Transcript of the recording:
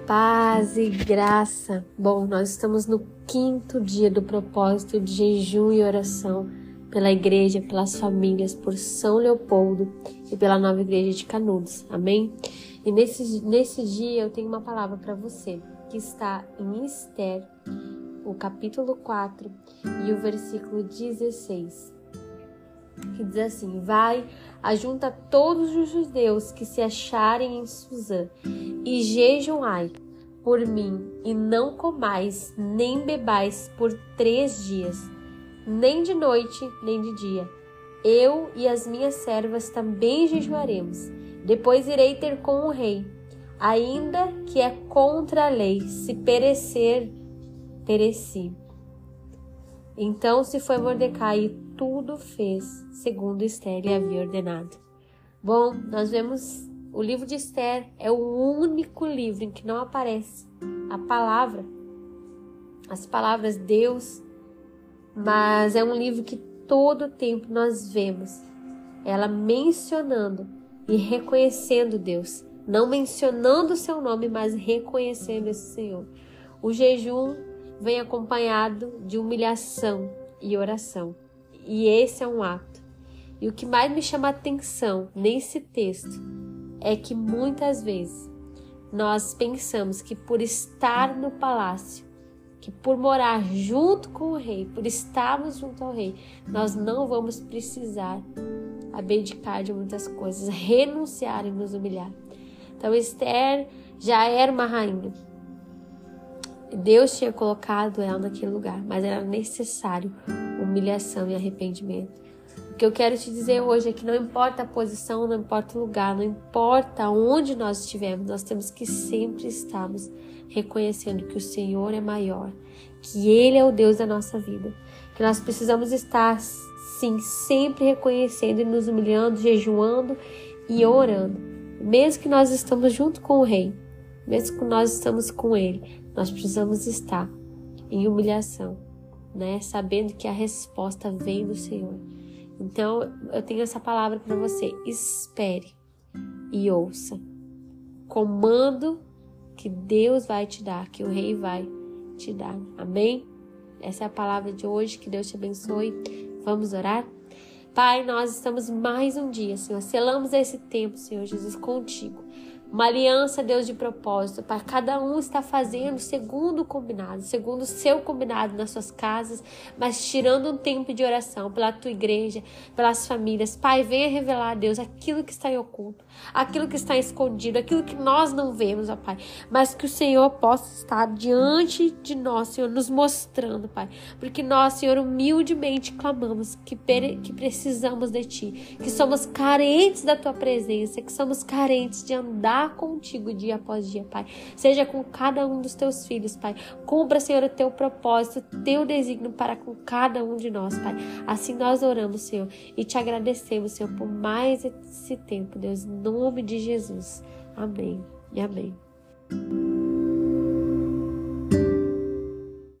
Paz e graça. Bom, nós estamos no 5º dia do propósito de jejum e oração pela igreja, pelas famílias, por São Leopoldo e pela nova igreja de Canudos. Amém? E nesse dia eu tenho uma palavra para você, que está em Esther, o capítulo 4 e o versículo 16. Que diz assim: vai, ajunta todos os judeus que se acharem em Suzã e jejuai por mim, e não comais nem bebais por 3 dias, nem de noite nem de dia. Eu e as minhas servas também jejuaremos. Depois irei ter com o rei, ainda que é contra a lei. Se perecer, pereci. Então se foi Mordecai e tudo fez segundo Esther lhe havia ordenado. Bom, nós vemos o livro de Esther é o único livro em que não aparece as palavras Deus, mas é um livro que todo o tempo nós vemos ela mencionando e reconhecendo Deus, não mencionando o seu nome, mas reconhecendo esse Senhor. O jejum vem acompanhado de humilhação e oração. E esse é um ato. E o que mais me chama a atenção nesse texto é que muitas vezes nós pensamos que por estar no palácio, que por morar junto com o rei, por estarmos junto ao rei, nós não vamos precisar abdicar de muitas coisas, renunciar e nos humilhar. Então Esther já era uma rainha. Deus tinha colocado ela naquele lugar, mas era necessário humilhação e arrependimento. O que eu quero te dizer hoje é que não importa a posição, não importa o lugar, não importa onde nós estivermos, nós temos que sempre estarmos reconhecendo que o Senhor é maior, que Ele é o Deus da nossa vida, que nós precisamos estar, sim, sempre reconhecendo e nos humilhando, jejuando e orando. Mesmo que nós estamos junto com o Rei, mesmo que nós estamos com Ele, nós precisamos estar em humilhação, né? Sabendo que a resposta vem do Senhor. Então, eu tenho essa palavra para você. Espere e ouça. Comando que Deus vai te dar, que o Rei vai te dar. Amém? Essa é a palavra de hoje. Que Deus te abençoe. Vamos orar? Pai, nós estamos mais um dia, Senhor. Selamos esse tempo, Senhor Jesus, contigo. Uma aliança, Deus, de propósito, Pai. Cada um está fazendo segundo o combinado, segundo o seu combinado nas suas casas, mas tirando um tempo de oração pela tua igreja, pelas famílias. Pai, venha revelar, Deus, aquilo que está em oculto, aquilo que está escondido, aquilo que nós não vemos, ó Pai. Mas que o Senhor possa estar diante de nós, Senhor, nos mostrando, Pai. Porque nós, Senhor, humildemente clamamos que precisamos de Ti, que somos carentes da Tua presença, que somos carentes de andar contigo dia após dia, Pai. Seja com cada um dos teus filhos, Pai. Cumpra, Senhor, o teu propósito, o teu desígnio para com cada um de nós, Pai. Assim nós oramos, Senhor, e te agradecemos, Senhor, por mais esse tempo, Deus, em nome de Jesus. Amém e amém.